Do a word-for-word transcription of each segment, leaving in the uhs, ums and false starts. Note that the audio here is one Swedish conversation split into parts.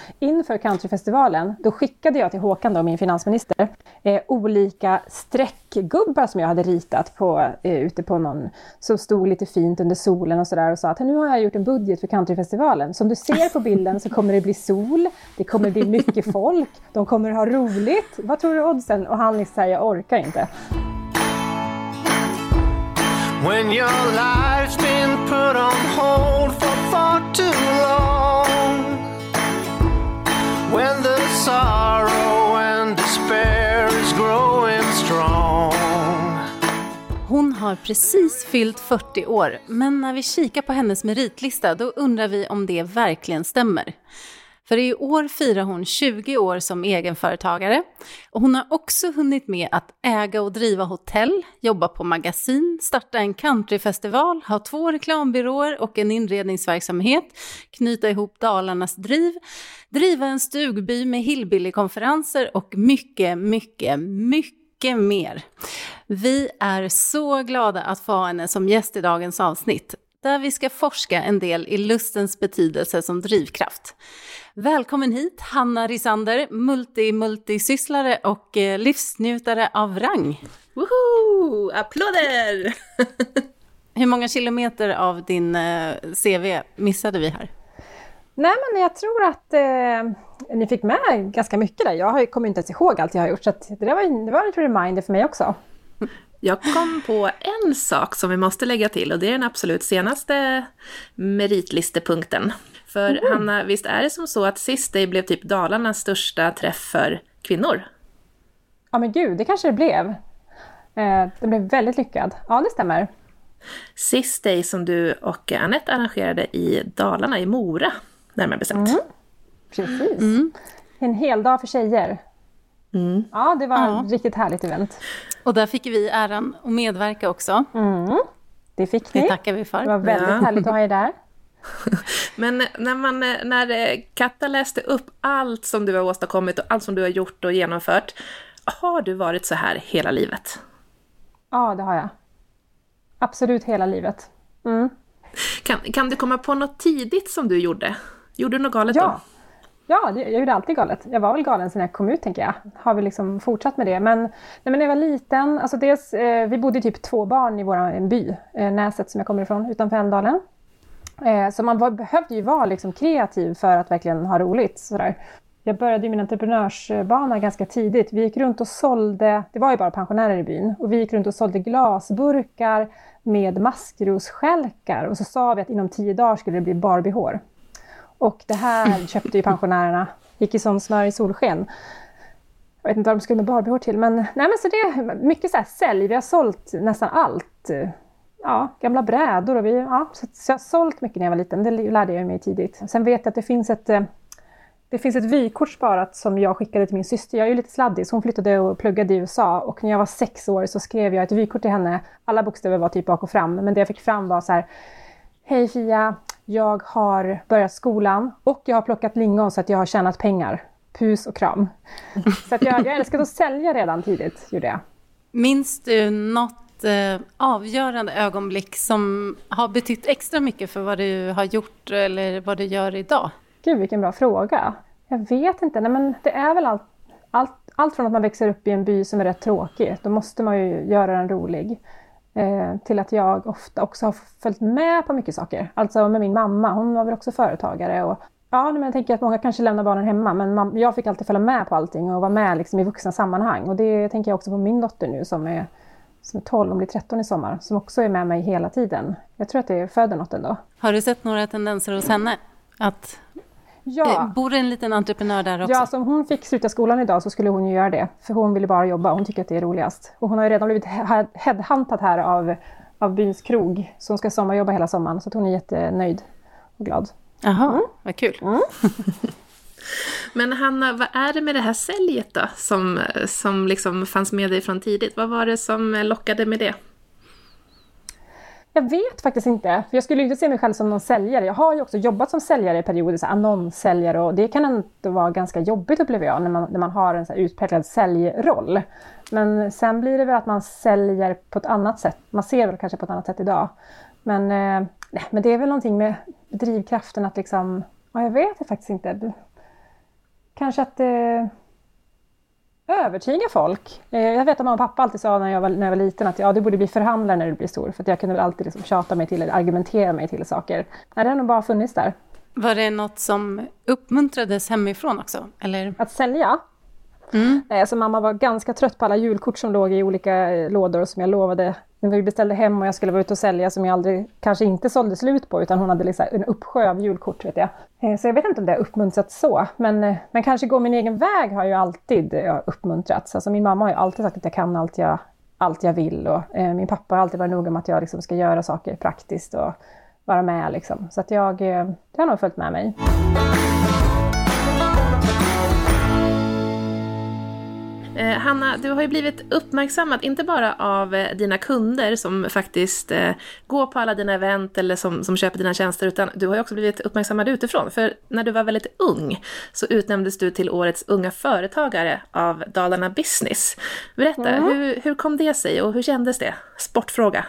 inför countryfestivalen, då skickade jag till Håkan, då, min finansminister, eh, olika streckgubbar som jag hade ritat på, eh, ute på någon, som stod lite fint under solen och sådär, och sa att nu har jag gjort en budget för countryfestivalen. Som du ser på bilden så kommer det bli sol, det kommer bli mycket folk, de kommer ha roligt. Vad tror du oddsen? Och han liksom säger, jag orkar inte. When your life's been put on hold for far too long, when the sorrow and despair is growing strong. Hon har precis fyllt fyrtio år, men när vi kikar på hennes meritlista då undrar vi om det verkligen stämmer. För i år firar hon tjugo år som egenföretagare, och hon har också hunnit med att äga och driva hotell, jobba på magasin, starta en countryfestival, ha två reklambyråer och en inredningsverksamhet, knyta ihop Dalarnas driv, driva en stugby med hillbilly-konferenser och mycket, mycket, mycket mer. Vi är så glada att få ha henne som gäst i dagens avsnitt, där vi ska forska en del i lustens betydelse som drivkraft. Välkommen hit, Hanna Risander, multi-multisysslare och eh, livsnjutare av rang. Woho! Applåder! Hur många kilometer av din eh, C V missade vi här? Nej, men jag tror att eh, ni fick med ganska mycket där. Jag har, kommer inte ens ihåg allt jag har gjort, så att det, där var, det var en reminder för mig också. Jag kom på en sak som vi måste lägga till, och det är den absolut senaste meritlistepunkten. För mm. Hanna, visst är det som så att Sist Day blev typ Dalarnas största träff för kvinnor? Ja men gud, det kanske det blev. Eh, det blev väldigt lyckad. Ja, det stämmer. Sist Day som du och Annette arrangerade i Dalarna, i Mora, närmare bestämt. Mm. Precis. Mm. En hel dag för tjejer. Mm. Ja, det var ja. ett riktigt härligt event. Och där fick vi äran att medverka också. Mm. Det fick ni. Det tackar vi för. Det var väldigt ja. härligt att ha er där. Men när, man, när Katta läste upp allt som du har åstadkommit och allt som du har gjort och genomfört, har du varit så här hela livet? Ja, det har jag. Absolut hela livet. Mm. Kan, kan du komma på något tidigt som du gjorde? Gjorde du något galet ja. då? Ja, det, jag gjorde alltid galet. Jag var väl galen sedan jag kom ut, tänker jag. Har vi liksom fortsatt med det. Men, nej, men när jag var liten, alltså dels, eh, vi bodde typ två barn i vår by, eh, Näset som jag kommer ifrån, utanför Älvdalen. Eh, så man var, behövde ju vara liksom kreativ för att verkligen ha roligt. Sådär. Jag började min entreprenörsbana ganska tidigt. Vi gick runt och sålde, det var ju bara pensionärer i byn, och vi gick runt och sålde glasburkar med maskrosskälkar. Och så sa vi att inom tio dagar skulle det bli Barbie-hår. Och det här köpte ju pensionärerna. Gick i sån smör i solsken. Jag vet inte vad de skulle med Barbie-hår till. Men, nej, men så det är mycket så här sälj. Vi har sålt nästan allt. Ja, gamla brädor. Och vi, ja, så, så jag har sålt mycket när jag var liten. Det lärde jag mig tidigt. Sen vet jag att det finns ett, det finns ett vykort sparat som jag skickade till min syster. Jag är ju lite sladdig, så hon flyttade och pluggade i U S A. Och när jag var sex år så skrev jag ett vykort till henne. Alla bokstäver var typ bak och fram. Men det jag fick fram var så här: hej Fia, jag har börjat skolan och jag har plockat lingon så att jag har tjänat pengar. Pus och kram. Så att jag, jag älskade att sälja redan tidigt, gjorde jag. Minns du något eh, avgörande ögonblick som har betytt extra mycket för vad du har gjort eller vad du gör idag? Gud, vilken bra fråga. Jag vet inte. Nej, men det är väl allt, allt, allt från att man växer upp i en by som är rätt tråkig. Då måste man ju göra den rolig. Eh, till att jag ofta också har följt med på mycket saker. Alltså med min mamma, hon var väl också företagare. Och, ja, men jag tänker att många kanske lämnar barnen hemma. Men mam- jag fick alltid följa med på allting och vara med liksom, i vuxna sammanhang. Och det tänker jag också på min dotter nu som är, som är tolv, hon blir tretton i sommar. Som också är med mig hela tiden. Jag tror att det föder något ändå. Har du sett några tendenser hos henne? Att ja. eh, bor en liten entreprenör där också? Ja, så om hon fick sluta skolan idag så skulle hon ju göra det. För hon ville bara jobba, hon tycker att det är roligast. Och hon har ju redan blivit he- headhuntad här av, av byns krog. Så hon ska sommarjobba hela sommaren. Så att hon är jättenöjd och glad. Jaha, mm. vad kul. Mm. Men Hanna, vad är det med det här säljet då? Som, som liksom fanns med dig från tidigt. Vad var det som lockade med det? Jag vet faktiskt inte. För jag skulle inte se mig själv som någon säljare. Jag har ju också jobbat som säljare i perioder, så annonssäljare. Och det kan ändå vara ganska jobbigt, upplever jag, när man, när man har en så här utpräglad säljroll. Men sen blir det väl att man säljer på ett annat sätt. Man ser väl kanske på ett annat sätt idag. Men, eh, nej, men det är väl någonting med drivkraften att liksom... Ja, jag vet faktiskt inte. kanske att eh, övertyga folk. Eh, jag vet att mamma och pappa alltid sa när jag var, när jag var liten att ja, du borde bli förhandlare när du blir stor. För att jag kunde väl alltid liksom tjata mig till eller argumentera mig till saker. Nej, det har nog bara funnits där. Var det något som uppmuntrades hemifrån också? Eller? Att sälja? Mm. Nej, alltså mamma var ganska trött på alla julkort som låg i olika lådor som jag lovade när vi beställde hem och jag skulle vara ute och sälja som jag aldrig, kanske inte sålde slut på, utan hon hade liksom en uppsjö av julkort, vet jag. Så jag vet inte om det har uppmuntrats så, men, men kanske gå min egen väg har ju alltid uppmuntrats. Alltså min mamma har ju alltid sagt att jag kan allt jag, allt jag vill och eh, min pappa har alltid varit noga med att jag liksom ska göra saker praktiskt och vara med liksom. Så att jag, det har nog följt med mig. Eh, Hanna, du har ju blivit uppmärksammad inte bara av eh, dina kunder som faktiskt eh, går på alla dina event eller som, som köper dina tjänster, utan du har ju också blivit uppmärksammad utifrån. För när du var väldigt ung så utnämndes du till årets unga företagare av Dalarna Business. Berätta, mm. hur, hur kom det sig och hur kändes det? Sportfråga.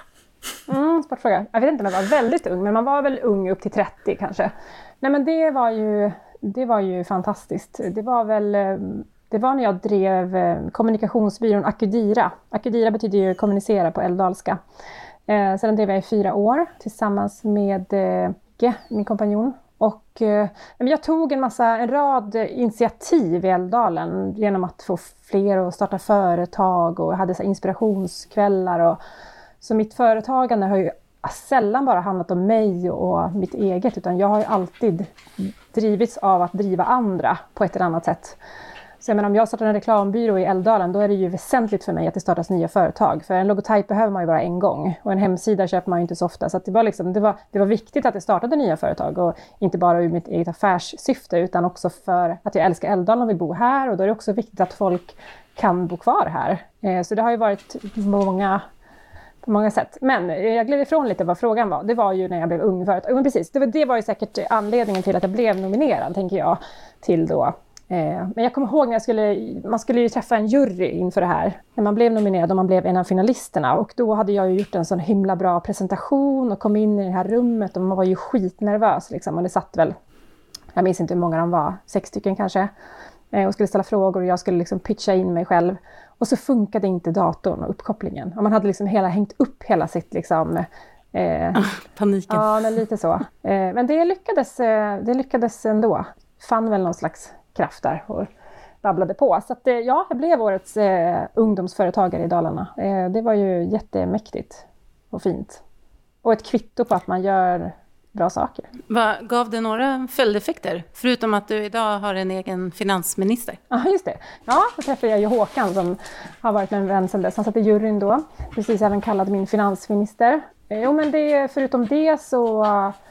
Mm, sportfråga. Jag vet inte om jag var väldigt ung, men man var väl ung upp till trettio kanske. Nej, men det var ju, det var ju fantastiskt. Det var väl... Det var när jag drev kommunikationsbyrån Akudira. Akudira betyder ju kommunicera på älvdalska. Eh, sedan drev jag i fyra år tillsammans med eh, Ge, min kompanjon. Och eh, jag tog en massa, en rad initiativ i Älvdalen genom att få fler att starta företag och hade så inspirationskvällar. Och, så mitt företagande har ju sällan bara handlat om mig och mitt eget, utan jag har ju alltid drivits av att driva andra på ett eller annat sätt. Så jag menar, om jag startar en reklambyrå i Älvdalen, då är det ju väsentligt för mig att det startas nya företag. För en logotyp behöver man ju bara en gång. Och en hemsida köper man ju inte så ofta. Så att det, var liksom, det, var, det var viktigt att det startade nya företag. Och inte bara ur mitt eget affärssyfte, utan också för att jag älskar Älvdalen och vill bo här. Och då är det också viktigt att folk kan bo kvar här. Eh, så det har ju varit många... på många sätt. Men jag gled ifrån lite vad frågan var. Det var ju när jag blev ung företag. Men precis, det var, det var ju säkert anledningen till att jag blev nominerad, tänker jag, till då. Eh, men jag kommer ihåg när jag skulle, man skulle ju träffa en jury inför det här. När man blev nominerad och man blev en av finalisterna. Och då hade jag ju gjort en sån himla bra presentation och kom in i det här rummet och man var ju skitnervös liksom. Och det satt väl, jag minns inte hur många de var, sex stycken kanske. Eh, och skulle ställa frågor och jag skulle liksom pitcha in mig själv. Och så funkade inte datorn och uppkopplingen. Och man hade liksom hela, hängt upp hela sitt liksom... Eh, Paniken. Ja, men lite så. Eh, men det lyckades, eh, det lyckades ändå. Fann väl någon slags kraft där och babblade på. Så att, eh, ja, jag blev årets eh, ungdomsföretagare i Dalarna. Eh, det var ju jättemäktigt och fint. Och ett kvitto på att man gör bra saker. Va, gav det några följdeffekter? Förutom att du idag har en egen finansminister. Ja, just det. Ja, så träffade jag ju Håkan som har varit med en vän sedan dess. Han satt i juryn då. Precis, även kallad min finansminister. Jo, men det, förutom det så,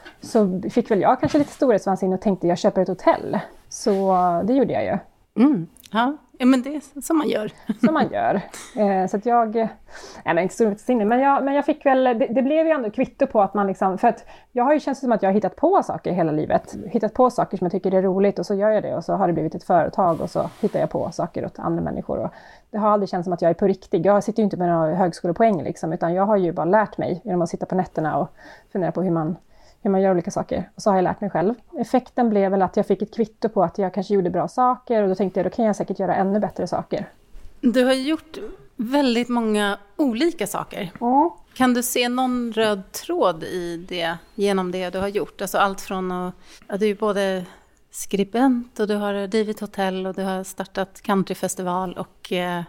så fick väl jag kanske lite storhetsvansinne och tänkte jag köper ett hotell. Så det gjorde jag ju. Mm, ja. Ja, men det är som man gör. Som man gör. Eh, så att jag, nej men inte storhetsvansinne, men jag, men jag fick väl, det, det blev ju ändå kvitto på att man liksom, för att jag har ju känt som att jag har hittat på saker hela livet. Hittat på saker som jag tycker är roligt och så gör jag det och så har det blivit ett företag och så hittar jag på saker åt andra människor. Och det har aldrig känts som att jag är på riktigt. Jag sitter ju inte med några högskolepoäng liksom, utan jag har ju bara lärt mig genom att sitta på nätterna och fundera på hur man hur man gör olika saker. Och så har jag lärt mig själv. Effekten blev väl att jag fick ett kvitto på att jag kanske gjorde bra saker. Och då tänkte jag, då kan jag säkert göra ännu bättre saker. Du har gjort väldigt många olika saker. Mm. Kan du se någon röd tråd i det, genom det du har gjort? Alltså allt från att, att du är både skribent och du har drivit hotell och du har startat countryfestival och... Eh,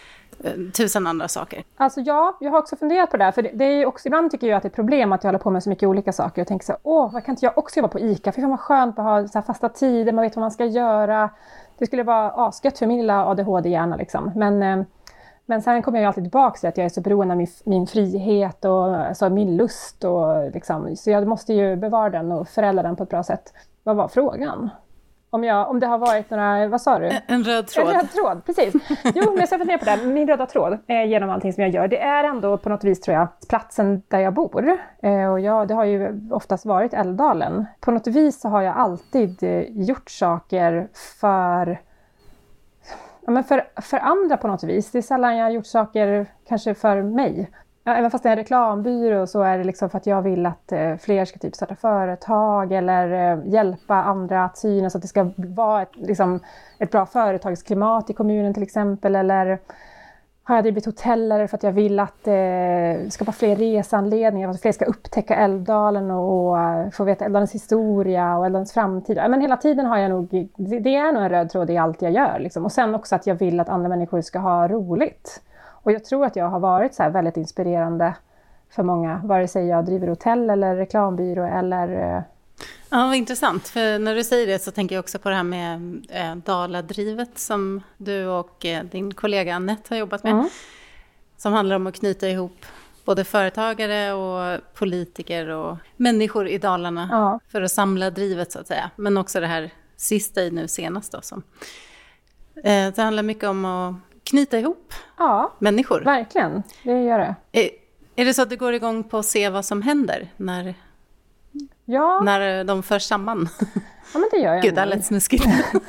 tusen andra saker. Alltså ja, jag har också funderat på det här. För det, det är också, ibland tycker jag att det är ett problem att jag håller på med så mycket olika saker. Och tänker så här, åh, vad kan inte jag också jobba på ICA? För det var skönt att ha så här fasta tider, man vet vad man ska göra. Det skulle vara asgött för min lilla A D H D-hjärna liksom. Men, eh, men sen kommer jag ju alltid tillbaka till att jag är så beroende av min, min frihet och alltså, min lust. Och, liksom, så jag måste ju bevara den och förädla den på ett bra sätt. Vad var frågan? Om, jag, om det har varit några, vad sa du? En röd tråd. En röd tråd, precis. Jo, men jag ska fundera på det. Min röda tråd eh, genom allting som jag gör, det är ändå på något vis, tror jag, platsen där jag bor. Eh, och jag, det har ju oftast varit Älvdalen. På något vis så har jag alltid eh, gjort saker för, ja, men för, för andra på något vis. Det är sällan jag har gjort saker kanske för mig. Ja, även fast det är en reklambyrå så är det liksom för att jag vill att eh, fler ska typ starta företag eller eh, hjälpa andra att synas, så att det ska vara ett, liksom, ett bra företagsklimat i kommunen till exempel. Eller har jag drivit hoteller för att jag vill att eh, skapa fler resanledningar, för att fler ska upptäcka Älvdalen och, och få veta Älvdalens historia och Älvdalens framtid. Ja, men hela tiden har jag nog, det, det är nog en röd tråd i allt jag gör. Liksom. Och sen också att jag vill att andra människor ska ha roligt. Och jag tror att jag har varit så här väldigt inspirerande för många, vare sig jag driver hotell eller reklambyrå eller... Eh... Ja, vad intressant. För när du säger det så tänker jag också på det här med eh, Daladrivet som du och eh, din kollega Annette har jobbat med. Mm. Som handlar om att knyta ihop både företagare och politiker och människor i Dalarna ja. För att samla drivet så att säga. Men också det här sista i nu senast då. Som, eh, det handlar mycket om att knyta ihop ja, människor. Verkligen, det gör det. Är, är det så att du går igång på att se vad som händer när, ja. när de förs samman? Ja, men det gör jag. Gud, det lät snuskigt.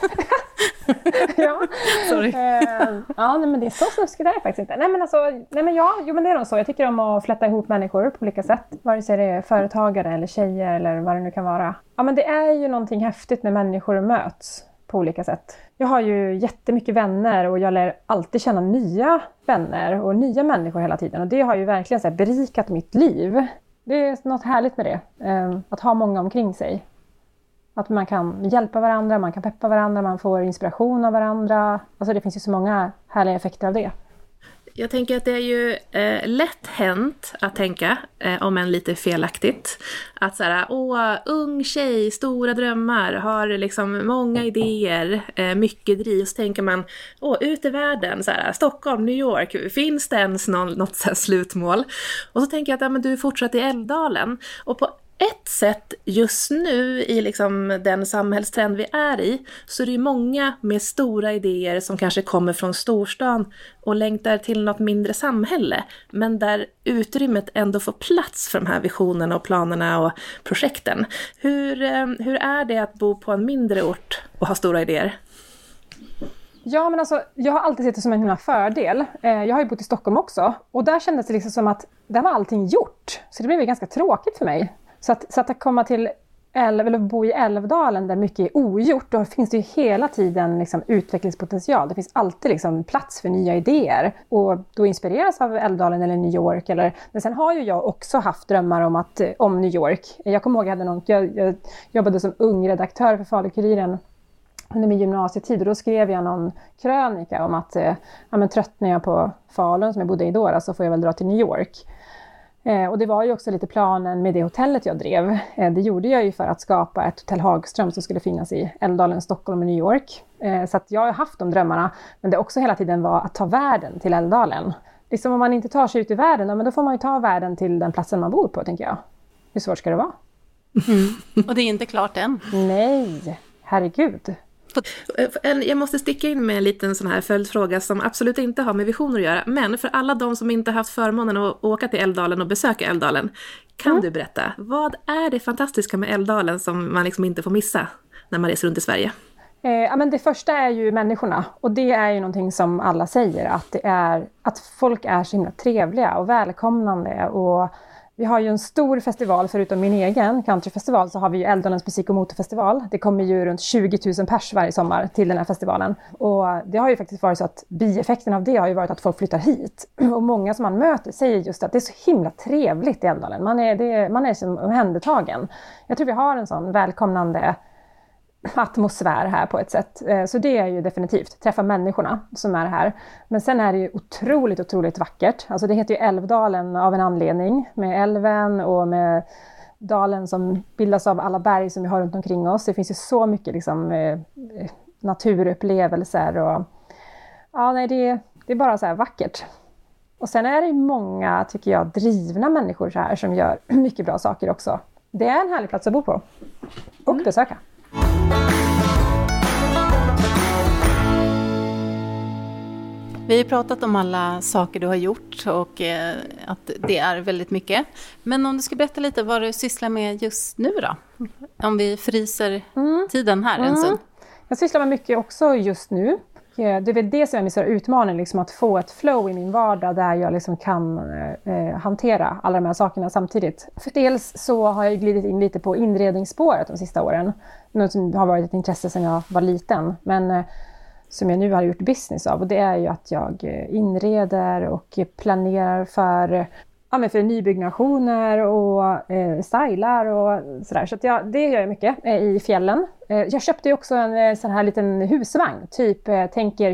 ja, Sorry. Eh, ja nej, men det är så snuskigt är det faktiskt inte. Nej, men alltså, nej, men ja, jo, men det är nog så. Jag tycker om att flätta ihop människor på olika sätt. Vare sig det är företagare eller tjejer eller vad det nu kan vara. Ja, men det är ju någonting häftigt när människor möts på olika sätt. Jag har ju jättemycket vänner och jag lär alltid känna nya vänner och nya människor hela tiden. Och det har ju verkligen så här berikat mitt liv. Det är något härligt med det. Eh, att ha många omkring sig. Att man kan hjälpa varandra, man kan peppa varandra, man får inspiration av varandra. Alltså det finns ju så många härliga effekter av det. Jag tänker att det är ju eh, lätt hänt att tänka, eh, om än lite felaktigt, att så här, åh, ung tjej, stora drömmar, har liksom många idéer, eh, mycket driv, så tänker man, åh, ut i världen, så här, Stockholm, New York, finns det ens någon, något så här slutmål? Och så tänker jag att ja, men du fortsätter i Älvdalen, och på ett sätt just nu i liksom den samhällstrend vi är i, så är det ju många med stora idéer som kanske kommer från storstan och längtar till något mindre samhälle, men där utrymmet ändå får plats för de här visionerna och planerna och projekten. Hur, hur är det att bo på en mindre ort och ha stora idéer? Ja, men alltså, jag har alltid sett det som en himla fördel. Jag har ju bott i Stockholm också, och där kändes det liksom som att där var allting gjort. Så det blev ganska tråkigt för mig. Så att, så att komma till Älv, eller bo i Älvdalen där mycket är ogjort, då finns det ju hela tiden liksom utvecklingspotential. Det finns alltid liksom plats för nya idéer. Och då inspireras av Älvdalen eller New York. Eller, men sen har ju jag också haft drömmar om, att, om New York. Jag kommer ihåg att jag, hade någon, jag, jag jobbade som ung redaktör för Falu-Kuriren under min gymnasietid. Och då skrev jag någon krönika om att ja, men tröttnar jag på Falun som jag bodde i då, så får jag väl dra till New York. Eh, och det var ju också lite planen med det hotellet jag drev. Eh, det gjorde jag ju för att skapa ett hotell Hagström som skulle finnas i Älvdalen, Stockholm och New York. Eh, så att jag har haft de drömmarna. Men det också hela tiden var att ta världen till Älvdalen. Liksom om man inte tar sig ut i världen, ja, men då får man ju ta världen till den platsen man bor på, tänker jag. Hur svårt ska det vara? Mm. Och det är inte klart än. Nej, herregud. Jag måste sticka in med en liten sån här följdfråga som absolut inte har med visioner att göra. Men för alla de som inte haft förmånen att åka till Älvdalen och besöka Älvdalen, kan mm. du berätta, vad är det fantastiska med Älvdalen som man liksom inte får missa när man reser runt i Sverige? Eh, ja, men det första är ju människorna, och det är ju någonting som alla säger, att det är att folk är så himla trevliga och välkomnande. Och vi har ju en stor festival, förutom min egen countryfestival så har vi ju Älvdalens musik- och motorfestival. Det kommer ju runt tjugo tusen pers varje sommar till den här festivalen. Och det har ju faktiskt varit så att bieffekten av det har ju varit att folk flyttar hit. Och många som man möter säger just att det är så himla trevligt i Älvdalen. Man är, det, man är som omhändertagen. Jag tror vi har en sån välkomnande atmosfär här på ett sätt. Så det är ju definitivt träffa människorna som är här. Men sen är det ju otroligt, otroligt vackert. Alltså det heter ju Älvdalen av en anledning. Med älven och med dalen som bildas av alla berg som vi har runt omkring oss. Det finns ju så mycket liksom, eh, naturupplevelser. Och, ja, nej, det, det är bara så här vackert. Och sen är det många, tycker jag, drivna människor så här som gör mycket bra saker också. Det är en härlig plats att bo på och mm. besöka. Vi har pratat om alla saker du har gjort och eh, att det är väldigt mycket. Men om du ska berätta lite vad du sysslar med just nu då? Om vi fryser mm. tiden här mm. en stund. Jag sysslar med mycket också just nu. det är väl det som är min stora utmaning, liksom att få ett flow i min vardag där jag liksom kan eh, hantera alla de här sakerna samtidigt. För dels så har jag glidit in lite på inredningsspåret de sista åren. Något som har varit ett intresse sedan jag var liten, men eh, som jag nu har gjort business av. Och det är ju att jag inreder och planerar för, ja, men för nybyggnationer och eh, stylar och sådär. Så att jag, det gör jag mycket eh, i fjällen. Eh, jag köpte ju också en eh, sån här liten husvagn. Typ, eh, tänker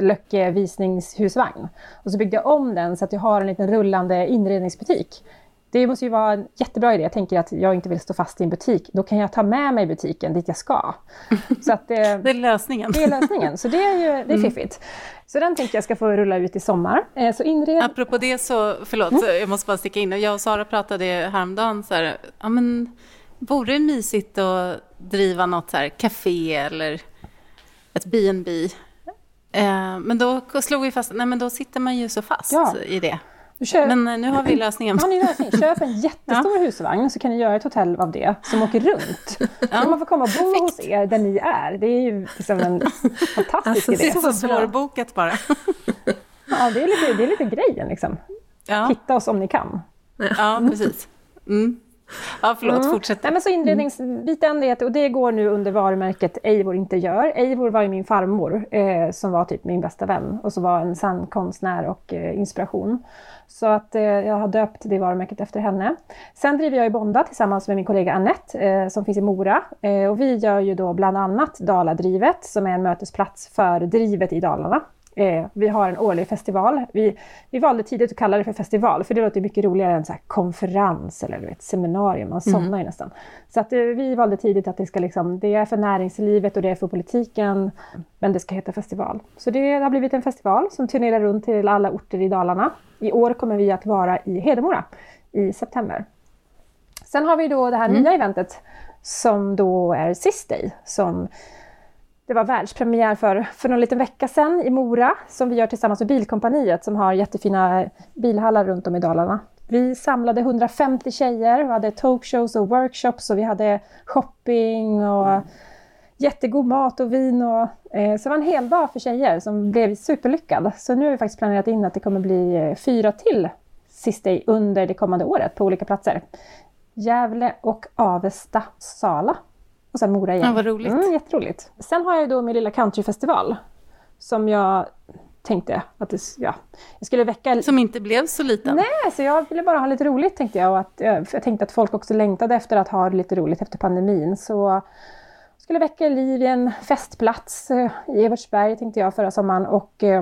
kökslöckevisningshusvagn. Och så byggde jag om den så att jag har en liten rullande inredningsbutik. Det måste ju vara en jättebra idé. Jag tänker att jag inte vill stå fast i en butik. Då kan jag ta med mig butiken dit jag ska. Så att, eh, det är lösningen. Det är lösningen. Så det är ju det är fiffigt. Så den tänker jag ska få rulla ut i sommar. Eh, så inred... Apropå det så, förlåt, mm. jag måste bara sticka in. Jag och Sara pratade häromdagen så här, ja men, vore det mysigt att driva något så här café eller ett B and B? Eh, men då slog vi fast, nej men då sitter man ju så fast ja. i det. Köp... Men nu har vi lösningen. Ja, ni lösning. Köp en jättestor ja. husvagn så kan ni göra ett hotell av det som åker runt. Ja. Så man får komma och bo Perfekt. hos er där ni är. Det är ju liksom en fantastisk alltså, idé. Det är så svårbokat bara. Ja, det är lite, det är lite grejen liksom. Ja. Hitta oss om ni kan. Ja, precis. Mm. Ja, förlåt, mm. fortsätt. Nej, men så inredningsbiten, det, och det går nu under varumärket Eivor Interiör. Eivor var ju min farmor eh, som var typ min bästa vän och så var en sann konstnär och eh, inspiration. Så att eh, jag har döpt det varumärket efter henne. Sen driver jag i Bonda tillsammans med min kollega Annette eh, som finns i Mora. Eh, och vi gör ju då bland annat Daladrivet som är en mötesplats för drivet i Dalarna. Eh, vi har en årlig festival. Vi, vi valde tidigt att kalla det för festival. För det låter mycket roligare än så här konferens eller ett seminarium. Man somnar mm. ju nästan. Så att, eh, vi valde tidigt att det, ska liksom, det är för näringslivet och det är för politiken. Men det ska heta festival. Så det har blivit en festival som turnerar runt till alla orter i Dalarna. I år kommer vi att vara i Hedemora i september. Sen har vi då det här mm. nya eventet som då är Sistay som... Det var världspremiär för, för någon liten vecka sedan i Mora som vi gör tillsammans med Bilkompaniet som har jättefina bilhallar runt om i Dalarna. Vi samlade hundrafemtio tjejer och hade talkshows och workshops och vi hade shopping och jättegod mat och vin. Och, eh, så det var en hel dag för tjejer som blev superlyckad. Så nu har vi faktiskt planerat in att det kommer bli eh, fyra till Sistay under det kommande året på olika platser. Gävle och Avesta, Sala. Och sen Mora igen. Ja, vad roligt. Mm, jätteroligt. Sen har jag då min lilla countryfestival. Som jag tänkte att det, ja, jag skulle väcka... Som inte blev så liten. Nej, så jag ville bara ha lite roligt tänkte jag. Och att, jag tänkte att folk också längtade efter att ha lite roligt efter pandemin. Så jag skulle väcka liv i en festplats i Evertsberg tänkte jag förra sommaren. Och eh,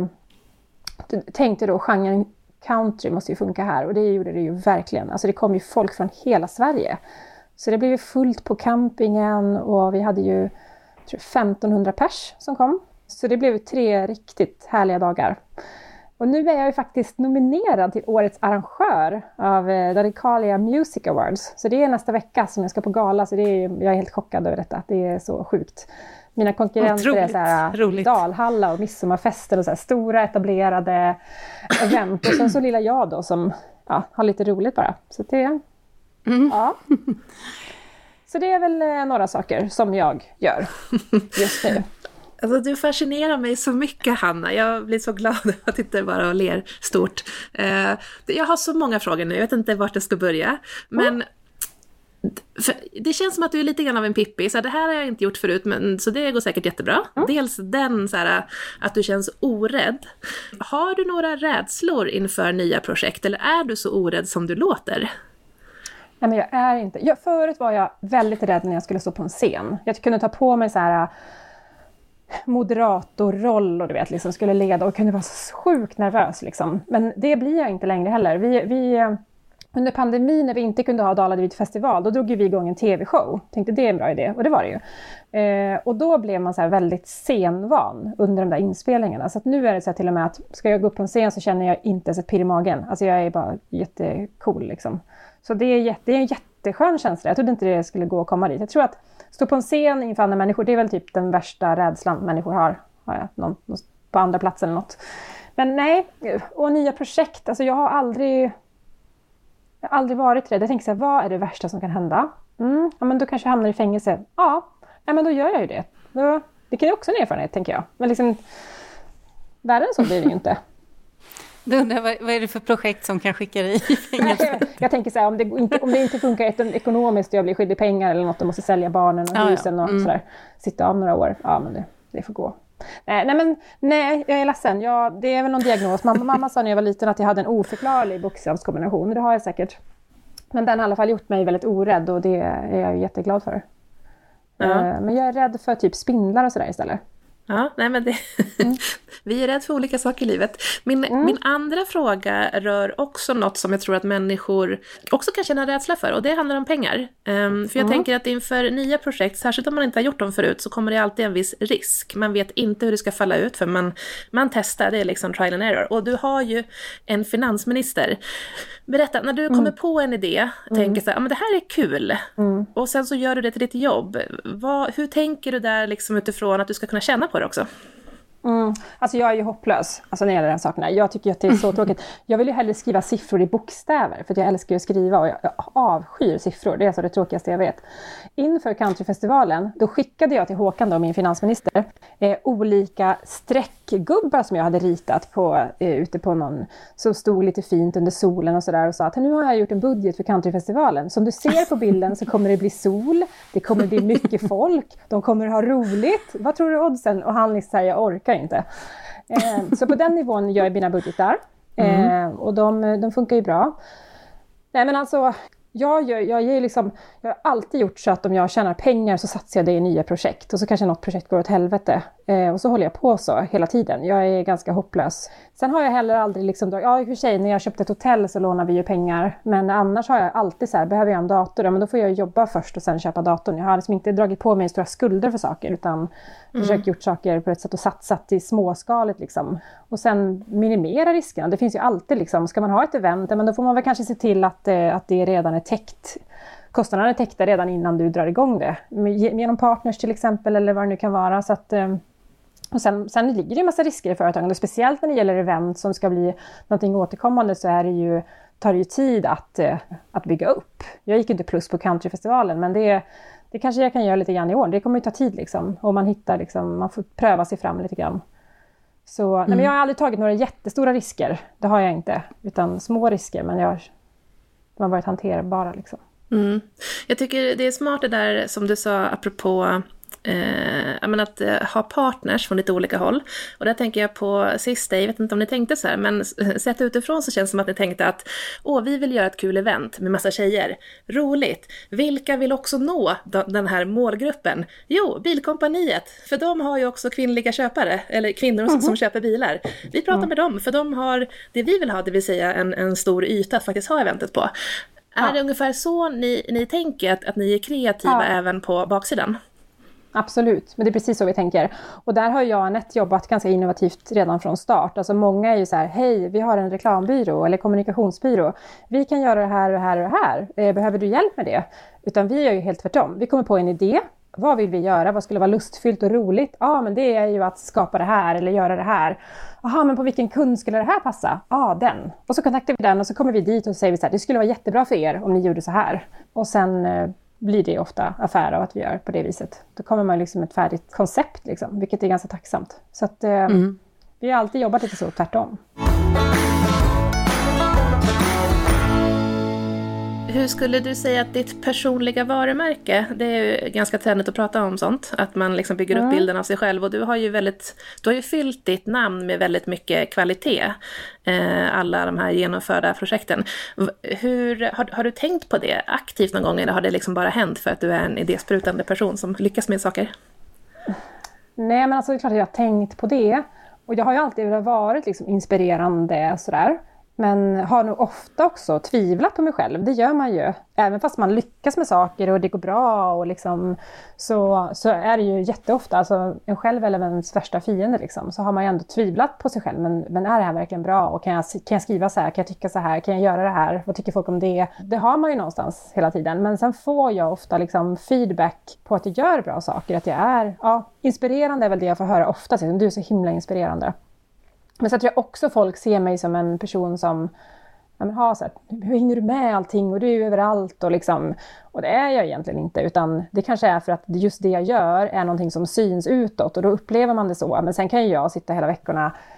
tänkte då genren country måste ju funka här. Och det gjorde det ju verkligen. Alltså det kom ju folk från hela Sverige. Så det blev ju fullt på campingen och vi hade ju tror, femtonhundra pers som kom. Så det blev tre riktigt härliga dagar. Och nu är jag ju faktiskt nominerad till årets arrangör av eh, Daricalia Music Awards. Så det är nästa vecka som jag ska på gala. Så det är, jag är helt chockad över detta. Det är så sjukt. Mina konkurrenter Otroligt. är så här, roligt. Dalhalla och midsommarfester och så här, stora etablerade event. Och sen så lilla jag då som ja, har lite roligt bara. Så det... Mm. Ja. Så det är väl några saker som jag gör just nu. Alltså, du fascinerar mig så mycket, Hanna. Jag blir så glad att titta bara och ler stort. Eh, jag har så många frågor nu. Jag vet inte vart jag ska börja. Men mm. det känns som att du är lite grann av en Pippi. Så det här har jag inte gjort förut, men, så det går säkert jättebra. Mm. Dels den så här, att du känns orädd. Har du några rädslor inför nya projekt? Eller är du så orädd som du låter? Nej, men jag är inte. Jag, förut var jag väldigt rädd när jag skulle stå på en scen. Jag kunde ta på mig så här moderatorroll och du vet, liksom skulle leda och kunde vara så sjukt nervös liksom. Men det blir jag inte längre heller. Vi, vi, under pandemin när vi inte kunde ha Daladrivet festival, då drog vi igång en tv-show. Tänkte det är en bra idé, och det var det ju. Eh, och då blev man så här väldigt scenvan under de där inspelningarna. Så att nu är det så här till och med att ska jag gå upp på en scen så känner jag inte ens ett pirr i magen. Alltså jag är bara jättecool liksom. Så det är, jätte, det är en jätteskön känsla. Jag trodde inte det skulle gå att komma dit. Jag tror att stå på en scen inför andra människor, det är väl typ den värsta rädslan människor har. Har jag någon, på andra platser eller något. Men nej, och nya projekt. Alltså jag har aldrig, jag har aldrig varit rädd. Jag tänker så här, vad är det värsta som kan hända? Mm, ja, men då kanske jag hamnar i fängelse. Ja, ja men då gör jag ju det. Då, det kan ju också en erfarenhet, tänker jag. Men liksom, värre än så blir det ju inte. Du undrar, vad, vad är det för projekt som kan skicka dig i fängelse? Jag tänker så här, om det inte, om det inte funkar ekonomiskt och jag blir skyldig pengar eller något och måste sälja barnen och husen ja, ja. och mm. sådär, sitta av några år, ja men det, det får gå. Nej, nej, men nej, jag är ledsen. Jag, det är väl någon diagnos. Mamma, mamma sa när jag var liten att jag hade en oförklarlig bokstavskombination. Det har jag säkert. Men den har i alla fall gjort mig väldigt orädd och det är jag jätteglad för. Ja. Men jag är rädd för typ spindlar och sådär istället. Ja, nej men det, mm. vi är rädda för olika saker i livet. Min, mm. min andra fråga rör också något som jag tror att människor också kan känna rädsla för, och det handlar om pengar. Um, för jag mm. tänker att inför nya projekt, särskilt om man inte har gjort dem förut, så kommer det alltid en viss risk. Man vet inte hur det ska falla ut, för man, man testar, det är liksom trial and error. Och du har ju en finansminister. Berätta, när du kommer mm. på en idé, mm. tänker så här, ja men det här är kul. Mm. Och sen så gör du det till ditt jobb. Vad, hur tänker du där liksom utifrån att du ska kunna känna på det också? Mm. Alltså jag är ju hopplös alltså när det gäller den sakerna. Jag tycker att det är så tråkigt. Jag vill ju hellre skriva siffror i bokstäver, för att jag älskar att skriva och jag avskyr siffror. Det är så det tråkigaste jag vet. Inför countryfestivalen, då skickade jag till Håkan, då, min finansminister, eh, olika streckgubbar som jag hade ritat på, eh, ute på någon, som stod lite fint under solen och sådär, och sa att nu har jag gjort en budget för countryfestivalen. Som du ser på bilden så kommer det bli sol, det kommer bli mycket folk, de kommer ha roligt. Vad tror du oddsen? Och han liksom säger, jag orkar inte. Eh, så på den nivån gör jag mina budgetar. Eh, mm. Och de, de funkar ju bra. Nej men alltså, jag, gör, jag, ger liksom, jag har alltid gjort så att om jag tjänar pengar så satsar jag det i nya projekt. Och så kanske något projekt går åt helvete. Eh, och så håller jag på så hela tiden. Jag är ganska hopplös. Sen har jag heller aldrig liksom, ja i och för sig när jag köpte ett hotell så lånar vi ju pengar. Men annars har jag alltid så här, behöver jag en dator? Ja, men då får jag jobba först och sen köpa datorn. Jag har liksom inte dragit på mig stora skulder för saker. Utan mm. försökt gjort saker på ett sätt och satsat i småskaligt liksom. Och sen minimera riskerna. Det finns ju alltid liksom, ska man ha ett event, men då får man väl kanske se till att, att det redan är täckt. Kostnaderna är täckta redan innan du drar igång det. Genom partners till exempel eller vad det nu kan vara. Så att, och sen, sen ligger det en massa risker i företagen. Och speciellt när det gäller event som ska bli någonting återkommande så är det ju, tar det ju tid att, att bygga upp. Jag gick inte plus på countryfestivalen, men det, det kanske jag kan göra lite grann i år. Det kommer ju ta tid liksom. Och man hittar liksom, man får pröva sig fram lite grann. Så mm. nej, men jag har aldrig tagit några jättestora risker. Det har jag inte. Utan små risker, men jag, de har varit hanterbara liksom. Mm. Jag tycker det är smart det där som du sa apropå eh, jag menar att eh, ha partners från lite olika håll. Och där tänker jag på sista, jag vet inte om ni tänkte så här, men sett utifrån så känns det som att ni tänkte att åh, vi vill göra ett kul event med massa tjejer. Roligt. Vilka vill också nå den här målgruppen? Jo, Bilkompaniet. För de har ju också kvinnliga köpare, eller kvinnor mm-hmm. som köper bilar. Vi pratar mm. med dem, för de har det vi vill ha, det vill säga en, en stor yta att faktiskt ha eventet på. Är ja. det ungefär så ni, ni tänker att, att ni är kreativa ja. även på baksidan? Absolut, men det är precis så vi tänker. Och där har jag och Anette jobbat ganska innovativt redan från start. Alltså många är ju så här, hej, vi har en reklambyrå eller kommunikationsbyrå. Vi kan göra det här och här och här. Behöver du hjälp med det? Utan vi gör ju helt tvärtom. Vi kommer på en idé. Vad vill vi göra? Vad skulle vara lustfyllt och roligt? Ja, men det är ju att skapa det här eller göra det här. Jaha, men på vilken kund skulle det här passa? Ja, den. Och så kontaktar vi den och så kommer vi dit och säger vi så här, det skulle vara jättebra för er om ni gjorde så här. Och sen eh, blir det ofta affär av att vi gör på det viset. Då kommer man liksom ett färdigt koncept, liksom, vilket är ganska tacksamt. Så att eh, mm. vi har alltid jobbat lite så, tvärtom. Hur skulle du säga att ditt personliga varumärke, det är ju ganska trendigt att prata om sånt, att man liksom bygger mm. upp bilden av sig själv, och du har ju väldigt, du har ju fyllt ditt namn med väldigt mycket kvalitet, eh, alla de här genomförda projekten. Hur, har, har du tänkt på det aktivt någon gång, eller har det liksom bara hänt för att du är en idésprutande person som lyckas med saker? Nej, men alltså det är klart att jag har tänkt på det, och jag har ju alltid varit liksom inspirerande sådär. Men har nog ofta också tvivlat på mig själv. Det gör man ju. Även fast man lyckas med saker och det går bra. Och liksom, så, så är det ju jätteofta. Alltså, en själv eller ens värsta fiende. Liksom, så har man ju ändå tvivlat på sig själv. Men, men är det här verkligen bra? Och kan jag, kan jag skriva så här? Kan jag tycka så här? Kan jag göra det här? Vad tycker folk om det? Det har man ju någonstans hela tiden. Men sen får jag ofta liksom feedback på att jag gör bra saker. Att jag är ja, inspirerande är väl det jag får höra ofta. Du är så himla inspirerande. Men så tror jag också folk ser mig som en person som ja, men, ha, så här, hur hinner du med allting och du är överallt och liksom, och det är jag egentligen inte, utan det kanske är för att just det jag gör är någonting som syns utåt och då upplever man det så. Men sen kan ju jag sitta hela veckorna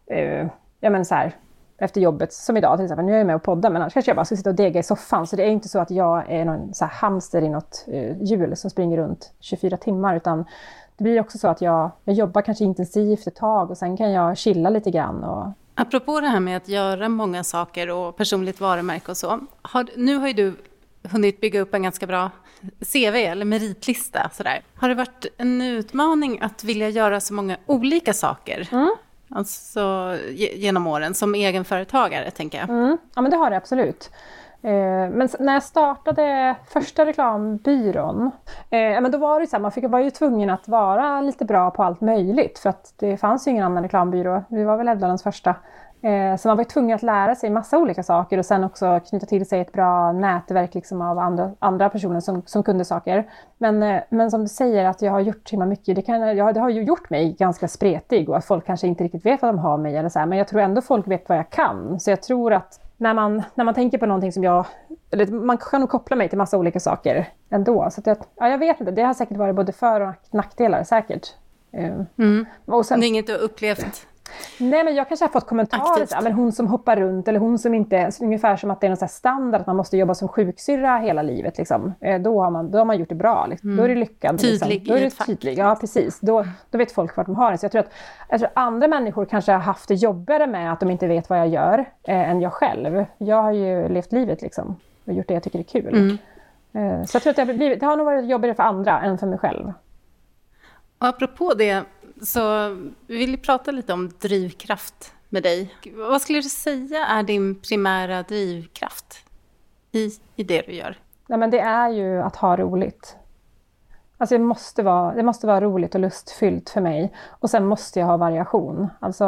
eh, ja men så här, efter jobbet, som idag till exempel, nu är jag med och podda, men annars kanske jag bara ska sitta och dega i soffan. Så det är inte så att jag är någon så här hamster i något eh, hjul som springer runt tjugofyra timmar, utan det blir också så att jag, jag jobbar kanske intensivt ett tag och sen kan jag chilla lite grann. Och... Apropå det här med att göra många saker och personligt varumärke och så. Har, nu har ju du hunnit bygga upp en ganska bra C V eller meritlista. Sådär. Har det varit en utmaning att vilja göra så många olika saker? Mm. Alltså genom åren som egenföretagare, tänker jag. Mm. Ja, men det har det absolut. Eh, men när jag startade första reklambyrån, eh, men då var det så här, man fick, var ju tvungen att vara lite bra på allt möjligt. För att det fanns ju ingen annan reklambyrå. Vi var väl Älvdalens första. Eh, så man var ju tvungen att lära sig massa olika saker och sen också knyta till sig ett bra nätverk liksom av andra, andra personer som, som kunde saker. Men, eh, men som du säger att jag har gjort himla mycket, det, kan, jag, det har ju gjort mig ganska spretig och att folk kanske inte riktigt vet vad de har mig eller så här, men jag tror ändå folk vet vad jag kan. Så jag tror att när man, när man tänker på någonting som jag, eller man kan nog koppla mig till massa olika saker ändå. Så att jag, ja, jag vet inte, det har säkert varit både för- och nackdelar säkert. Eh, mm. och sen, det är inget du har upplevt? Nej, men jag kanske har fått kommentarer så här, men hon som hoppar runt eller hon som inte, ungefär som att det är någon så här standard att man måste jobba som sjuksyrra hela livet liksom. Då har man, då har man gjort det bra liksom. Mm. Då är det lyckad. Tydlig liksom. Då är det tydlig. Ja, precis. Då, då vet folk vart de har det. Så jag tror att jag tror andra människor kanske har haft det jobbigare med att de inte vet vad jag gör eh, än jag själv. Jag har ju levt livet liksom och gjort det jag tycker är kul. Mm. Eh, så jag tror att det har, blivit, det har nog varit jobbigare för andra än för mig själv. Och apropå det, så vill vi prata lite om drivkraft med dig. Vad skulle du säga är din primära drivkraft i, i det du gör? Nej, men det är ju att ha roligt. Alltså det måste vara, det måste vara roligt och lustfyllt för mig. Och sen måste jag ha variation. Alltså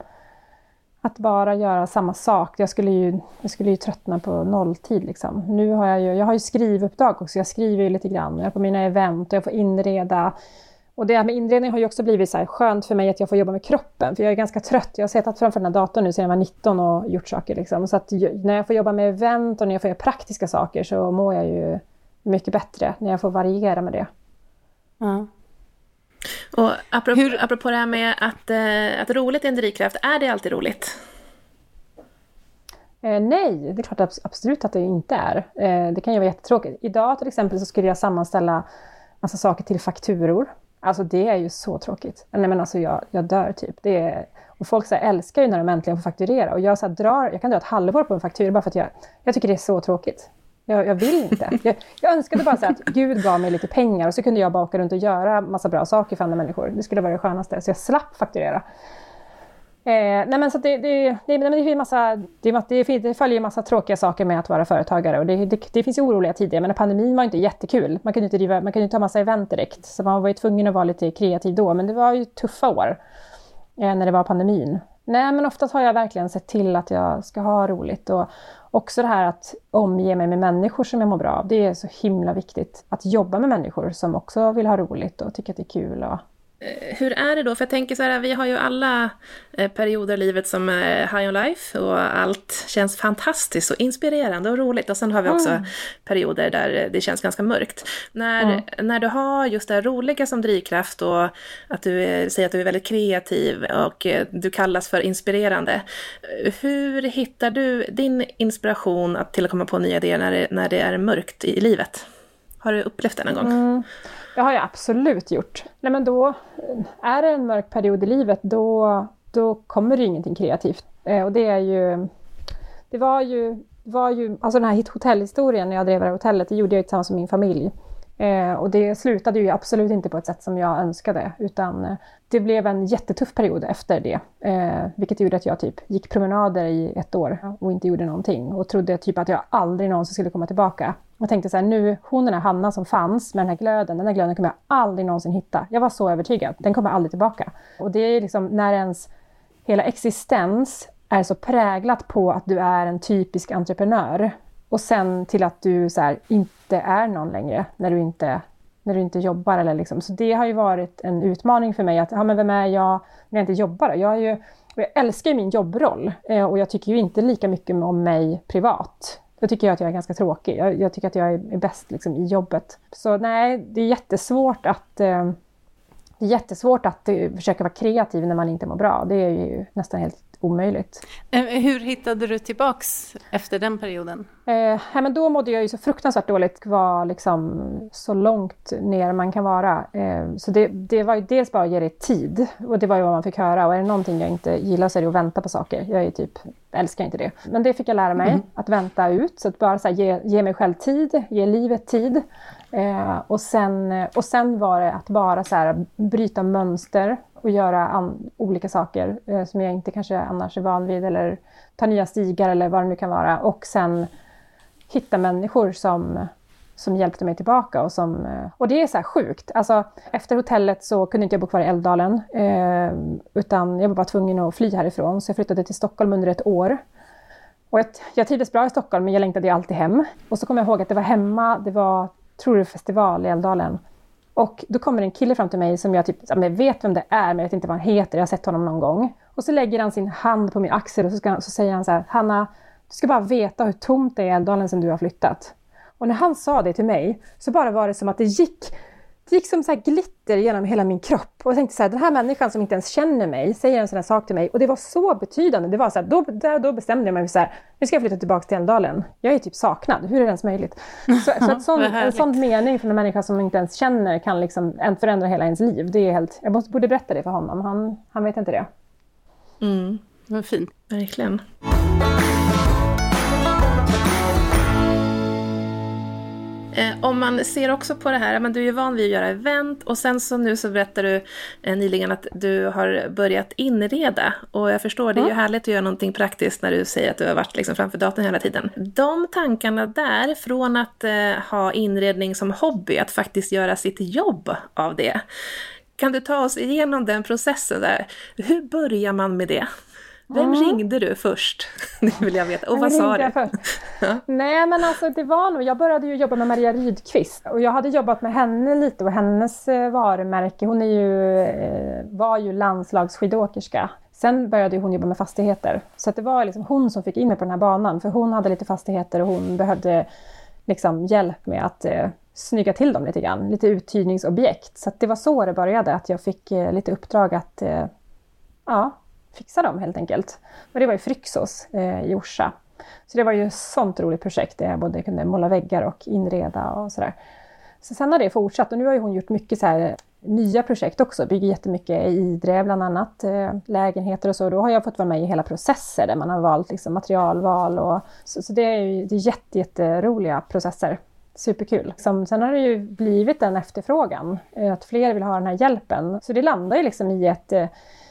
att bara göra samma sak. Jag skulle ju, jag skulle ju tröttna på nolltid liksom. Nu har jag ju, jag har ju skrivuppdrag också. Jag skriver ju lite grann. Jag är på mina event och jag får inreda. Och det här med inredning har ju också blivit så här skönt för mig att jag får jobba med kroppen. För jag är ganska trött. Jag har suttit framför den här datorn nu sedan jag var nitton och gjort saker. Liksom. Så att när jag får jobba med event och när jag får göra praktiska saker så mår jag ju mycket bättre. När jag får variera med det. Ja. Och apropå, Hur, apropå det här med att, eh, att roligt är en drivkraft. Är det alltid roligt? Eh, nej, det är klart absolut att det inte är. Eh, det kan ju vara jättetråkigt. Idag till exempel så skulle jag sammanställa massa saker till fakturor. Alltså det är ju så tråkigt. Nej men alltså jag, jag dör typ. Det är, och folk så här, älskar ju när de äntligen får fakturera. Och jag, så här, drar, jag kan dra ett halvår på en faktura bara för att jag, jag tycker det är så tråkigt. Jag, jag vill inte. Jag, jag önskade bara så här, att Gud gav mig lite pengar och så kunde jag bara åka runt och göra massa bra saker för andra människor. Det skulle vara det skönaste. Så jag slapp fakturera. Eh, nej men så det, det, det, det, det, massa, det, det, det följer massa tråkiga saker med att vara företagare och det, det, det finns ju oroliga tider, men pandemin var inte jättekul. Man kunde inte, driva, man kunde inte ha massa event direkt, så man var ju tvungen att vara lite kreativ då, men det var ju tuffa år eh, när det var pandemin. Nej, men oftast har jag verkligen sett till att jag ska ha roligt och också det här att omge mig med människor som jag mår bra av. Det är så himla viktigt att jobba med människor som också vill ha roligt och tycker att det är kul och hur är det då? För jag tänker så här, vi har ju alla perioder i livet som är high on life och allt känns fantastiskt och inspirerande och roligt. Och sen har vi också mm. perioder där det känns ganska mörkt. När, mm. när du har just det här roliga som drivkraft och att du är, säger att du är väldigt kreativ och du kallas för inspirerande. Hur hittar du din inspiration att till att komma på nya idéer när det, när det är mörkt i, i livet? Har du upplevt det någon gång? Mm. Det har jag absolut gjort. Nej, men då är det en mörk period i livet, då, då kommer det ingenting kreativt. Eh, och det är ju, det var ju, var ju, alltså den här hotellhistorien när jag drev det här hotellet, det gjorde jag tillsammans med min familj. Eh, och det slutade ju absolut inte på ett sätt som jag önskade, utan eh, det blev en jättetuff period efter det. Eh, vilket gjorde att jag typ gick promenader i ett år och inte gjorde någonting. Och trodde typ att jag aldrig någonsin skulle komma tillbaka. Jag tänkte så här, nu, hon den här Hanna som fanns med den här glöden, den här glöden kommer jag aldrig någonsin hitta. Jag var så övertygad, den kommer aldrig tillbaka. Och det är liksom när ens hela existens är så präglat på att du är en typisk entreprenör. Och sen till att du så här, inte är någon längre när du inte, när du inte jobbar. Eller liksom. Så det har ju varit en utmaning för mig. Att, ja, men vem är jag när jag inte jobbar? Jag, är ju, och jag älskar ju min jobbroll. Eh, och jag tycker ju inte lika mycket om mig privat. Då tycker jag att jag är ganska tråkig. Jag, jag tycker att jag är bäst liksom, i jobbet. Så nej, det är jättesvårt att, eh, det är jättesvårt att uh, försöka vara kreativ när man inte mår bra. Det är ju nästan helt omöjligt. Hur hittade du tillbaks efter den perioden? Eh, men då mådde jag ju så fruktansvärt dåligt, var liksom så långt ner man kan vara. Eh, så det, det var ju dels bara att ge det tid, och det var ju vad man fick höra. Och är det någonting jag inte gillar så är det att vänta på saker. Jag är typ, älskar inte det. Men det fick jag lära mig, mm. att vänta ut. Så att bara så här, ge, ge mig själv tid, ge livet tid. Eh, och, sen, och sen var det att bara så här, bryta mönster och göra an, olika saker eh, som jag inte kanske annars är van vid, eller ta nya stigar eller vad det nu kan vara, och sen hitta människor som, som hjälpte mig tillbaka. Och, som, eh, och det är så här sjukt. Alltså, efter hotellet så kunde inte jag bo kvar i Älvdalen, eh, utan jag var bara tvungen att fly härifrån, så jag flyttade till Stockholm under ett år. Och jag, jag trivdes bra i Stockholm, men jag längtade ju alltid hem. Och så kommer jag ihåg att det var hemma, det var, tror jag, festival i Älvdalen. Och då kommer en kille fram till mig som jag typ, jag vet vem det är, men jag vet inte vad han heter. Jag har sett honom någon gång. Och så lägger han sin hand på min axel och så, ska, så säger han så här: Hanna, du ska bara veta hur tomt det är i Älvdalen sen du har flyttat. Och när han sa det till mig så bara var det som att det gick, det gick som så här glitter genom hela min kropp. Och jag tänkte så här, den här människan som inte ens känner mig säger en sån här sak till mig. Och det var så betydande. Det var så här, då, där, då bestämde jag mig så här: nu ska jag flytta tillbaka till Älvdalen. Jag är typ saknad. Hur är det ens möjligt? Så, så ett sån, en sån mening från en människa som inte ens känner kan liksom förändra hela ens liv. Det är helt, jag måste, borde berätta det för honom. Han, han vet inte det. Mm, vad fint. Verkligen. Om man ser också på det här, men du är ju van vid att göra event, och sen så nu så berättar du eh, nyligen att du har börjat inreda, och jag förstår, det är ju härligt att göra någonting praktiskt när du säger att du har varit liksom framför datorn hela tiden. De tankarna där, från att eh, ha inredning som hobby, att faktiskt göra sitt jobb av det. Kan du ta oss igenom den processen där? Hur börjar man med det? Vem mm. ringde du först? Det vill jag veta. Och vad sa du? Ja. Nej, men alltså det var nog, jag började ju jobba med Maria Rydqvist. Och jag hade jobbat med henne lite, och hennes eh, varumärke. Hon är ju, eh, var ju landslagsskidåkerska. Sen började hon jobba med fastigheter. Så att det var liksom hon som fick in mig på den här banan. För hon hade lite fastigheter och hon behövde liksom hjälp med att eh, snygga till dem lite grann. Lite uthyrningsobjekt. Så att det var så det började. Att jag fick eh, lite uppdrag att eh, ja... fixa dem helt enkelt. Och det var ju Fryxos eh, i Orsa. Så det var ju ett sånt roligt projekt där jag både kunde måla väggar och inreda och sådär. Så sen har det fortsatt, och nu har ju hon gjort mycket så här nya projekt också. Bygger jättemycket i Idre bland annat, eh, lägenheter och så. Då har jag fått vara med i hela processer där man har valt liksom, materialval. Och, så, så det är ju det är jätte, jätteroliga processer. Superkul. Som, sen har det ju blivit en efterfrågan. Eh, att fler vill ha den här hjälpen. Så det landar ju liksom i ett... Eh,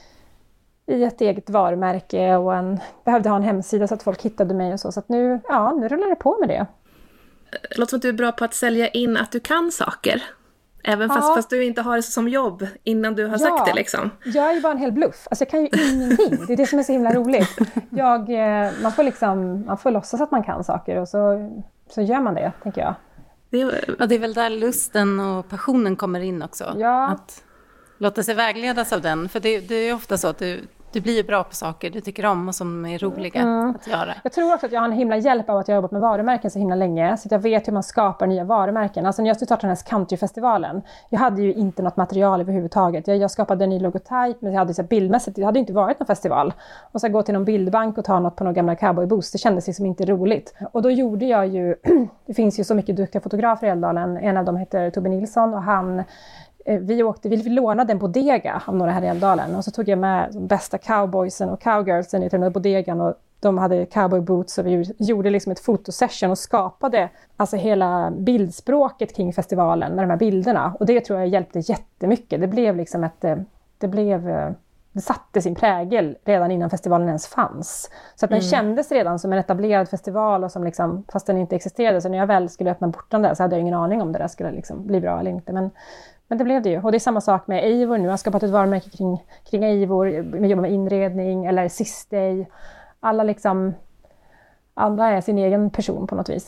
i ett eget varumärke, och en, behövde ha en hemsida så att folk hittade mig och så. Så att nu, ja, nu rullar det på med det. Det låter som att du är bra på att sälja in att du kan saker. Även fast, ja. fast du inte har det som jobb innan du har ja. sagt det liksom. Jag är ju bara en hel bluff. Alltså jag kan ju ingenting. Det är det som är så himla roligt. Jag, man får liksom, man får låtsas att man kan saker, och så, så gör man det, tänker jag. Det är, ja, det är väl där lusten och passionen kommer in också. Ja. Att låta sig vägledas av den. För det, det är ofta så att du, du blir bra på saker du tycker om och som är roliga mm. att göra. Jag tror också att jag har en himla hjälp av att jag har jobbat med varumärken så himla länge. Så att jag vet hur man skapar nya varumärken. Alltså när jag startade den här countryfestivalen. Jag hade ju inte något material överhuvudtaget. Jag, jag skapade en ny logotyp, men jag hade så här bildmässigt. Det hade inte varit någon festival. Och så gå till någon bildbank och ta något på någon gamla cowboyboost. Det kändes liksom inte roligt. Och då gjorde jag ju... det finns ju så mycket duktiga fotografer i Älvdalen. En av dem heter Tobbe Nilsson, och han... Vi, åkte, vi lånade en bodega av några här i Älvdalen, och så tog jag med de bästa cowboysen och cowgirlsen i den här bodegan, och de hade cowboy boots, och vi gjorde liksom ett fotosession och skapade alltså hela bildspråket kring festivalen med de här bilderna, och det tror jag hjälpte jättemycket. Det blev liksom ett, det blev, det satte sin prägel redan innan festivalen ens fanns. Så att den mm. kändes redan som en etablerad festival, och som liksom, fast den inte existerade, så när jag väl skulle öppna porten där så hade jag ingen aning om det där skulle liksom bli bra eller inte, men Men det blev det ju. Och det är samma sak med Eivor nu. Jag har skapat ett varumärke kring, kring Eivor. Vi jobbar med inredning eller Sistay. Alla liksom... Alla är sin egen person på något vis.